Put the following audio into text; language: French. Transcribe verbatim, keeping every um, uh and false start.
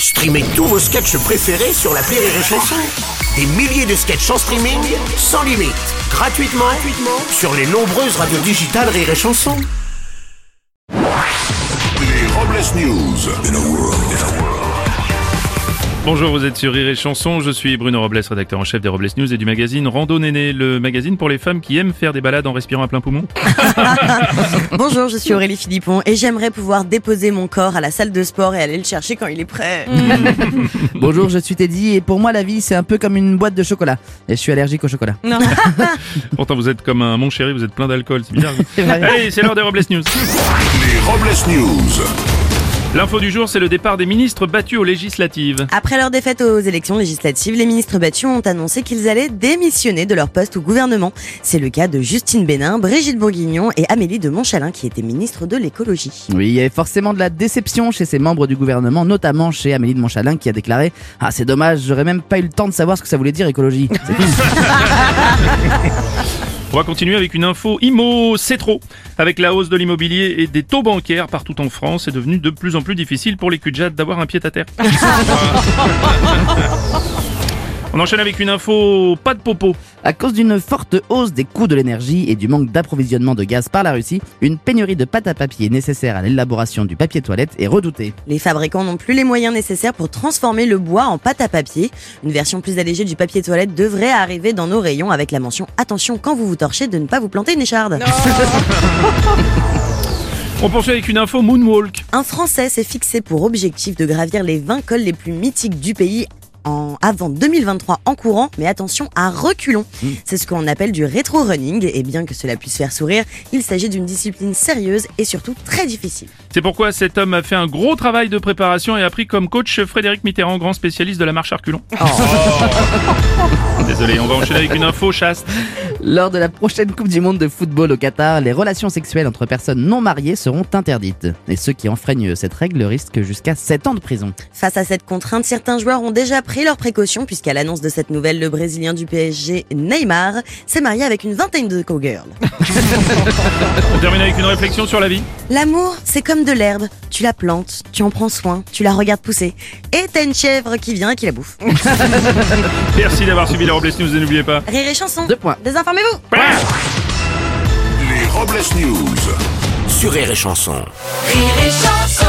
Streamez tous vos sketchs préférés sur l'appli Rire et Chanson. Des milliers de sketchs en streaming, sans limite, gratuitement, gratuitement sur les nombreuses radios digitales Rire et Chanson. Les Robles News. In a world, in a world. Bonjour, vous êtes sur Rire et Chanson, je suis Bruno Robles, rédacteur en chef des Robles News et du magazine Rando Néné, le magazine pour les femmes qui aiment faire des balades en respirant à plein poumon. Bonjour, je suis Aurélie Philippon et j'aimerais pouvoir déposer mon corps à la salle de sport et aller le chercher quand il est prêt. Bonjour, je suis Teddy et pour moi la vie c'est un peu comme une boîte de chocolat et je suis allergique au chocolat. Non. Pourtant vous êtes comme un mon chéri, vous êtes plein d'alcool, c'est bizarre. C'est vrai. Allez, c'est l'heure des Robles News. Les Robles News. L'info du jour, c'est le départ des ministres battus aux législatives. Après leur défaite aux élections législatives, les ministres battus ont annoncé qu'ils allaient démissionner de leur poste au gouvernement. C'est le cas de Justine Bénin, Brigitte Bourguignon et Amélie de Montchalin qui étaient ministres de l'écologie. Oui, il y avait forcément de la déception chez ces membres du gouvernement, notamment chez Amélie de Montchalin qui a déclaré « Ah c'est dommage, j'aurais même pas eu le temps de savoir ce que ça voulait dire écologie. » On va continuer avec une info IMO, c'est trop. Avec la hausse de l'immobilier et des taux bancaires partout en France, c'est devenu de plus en plus difficile pour les cul-de-jatte d'avoir un pied à terre. On enchaîne avec une info, pas de popo. À cause d'une forte hausse des coûts de l'énergie et du manque d'approvisionnement de gaz par la Russie, une pénurie de pâte à papier nécessaire à l'élaboration du papier toilette est redoutée. Les fabricants n'ont plus les moyens nécessaires pour transformer le bois en pâte à papier. Une version plus allégée du papier toilette devrait arriver dans nos rayons avec la mention « Attention quand vous vous torchez de ne pas vous planter une écharde ». On poursuit avec une info Moonwalk. Un Français s'est fixé pour objectif de gravir les vingt cols les plus mythiques du pays En, avant deux mille vingt-trois en courant, mais attention à reculons. Mmh. C'est ce qu'on appelle du rétro-running, et bien que cela puisse faire sourire, il s'agit d'une discipline sérieuse et surtout très difficile. C'est pourquoi cet homme a fait un gros travail de préparation et a pris comme coach Frédéric Mitterrand, grand spécialiste de la marche à reculons. Oh. Désolé, on va enchaîner avec une info chaste. Lors de la prochaine Coupe du Monde de football au Qatar, les relations sexuelles entre personnes non mariées seront interdites. Et ceux qui enfreignent cette règle risquent jusqu'à sept ans de prison. Face à cette contrainte, certains joueurs ont déjà pris leurs précautions puisqu'à l'annonce de cette nouvelle, le Brésilien du P S G, Neymar, s'est marié avec une vingtaine de cowgirls. On termine avec une réflexion sur la vie. L'amour, c'est comme de l'herbe. Tu la plantes, tu en prends soin, tu la regardes pousser. Et t'as une chèvre qui vient et qui la bouffe. Merci d'avoir suivi les Robles News et n'oubliez pas... Rire et Chanson. Deux points. Désinformez-vous. Les Robles News. Sur Rire et Chanson. Rire et Chanson.